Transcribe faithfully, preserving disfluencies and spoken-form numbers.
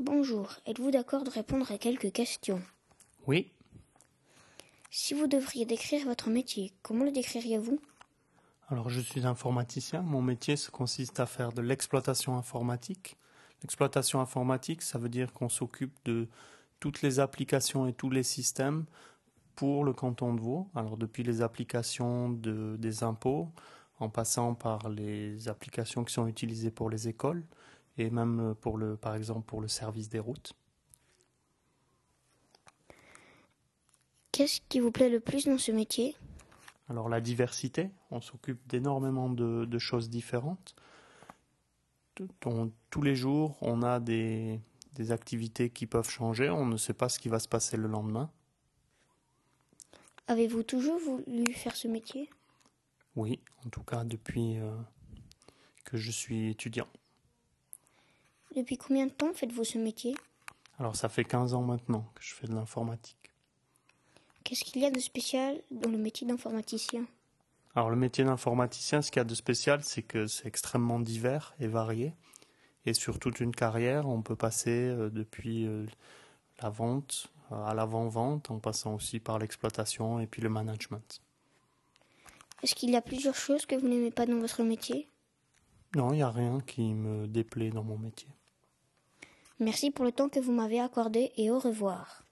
Bonjour, êtes-vous d'accord de répondre à quelques questions? Oui. Si vous devriez décrire votre métier, comment le décririez-vous? Alors, je suis informaticien. Mon métier se consiste à faire de l'exploitation informatique. L'exploitation informatique, ça veut dire qu'on s'occupe de toutes les applications et tous les systèmes pour le canton de Vaud. Alors, depuis les applications de, des impôts, en passant par les applications qui sont utilisées pour les écoles et même pour le, par exemple pour le service des routes. Qu'est-ce qui vous plaît le plus dans ce métier? Alors la diversité, on s'occupe d'énormément de, de choses différentes. On, tous les jours, on a des, des activités qui peuvent changer, on ne sait pas ce qui va se passer le lendemain. Avez-vous toujours voulu faire ce métier? Oui, en tout cas depuis euh, que je suis étudiant. Depuis combien de temps faites-vous ce métier? Alors ça fait quinze ans maintenant que je fais de l'informatique. Qu'est-ce qu'il y a de spécial dans le métier d'informaticien? Alors le métier d'informaticien, ce qu'il y a de spécial, c'est que c'est extrêmement divers et varié. Et sur toute une carrière, on peut passer euh, depuis euh, la vente euh, à l'avant-vente, en passant aussi par l'exploitation et puis le management. Est-ce qu'il y a plusieurs choses que vous n'aimez pas dans votre métier? Non, il n'y a rien qui me déplaît dans mon métier. Merci pour le temps que vous m'avez accordé et au revoir.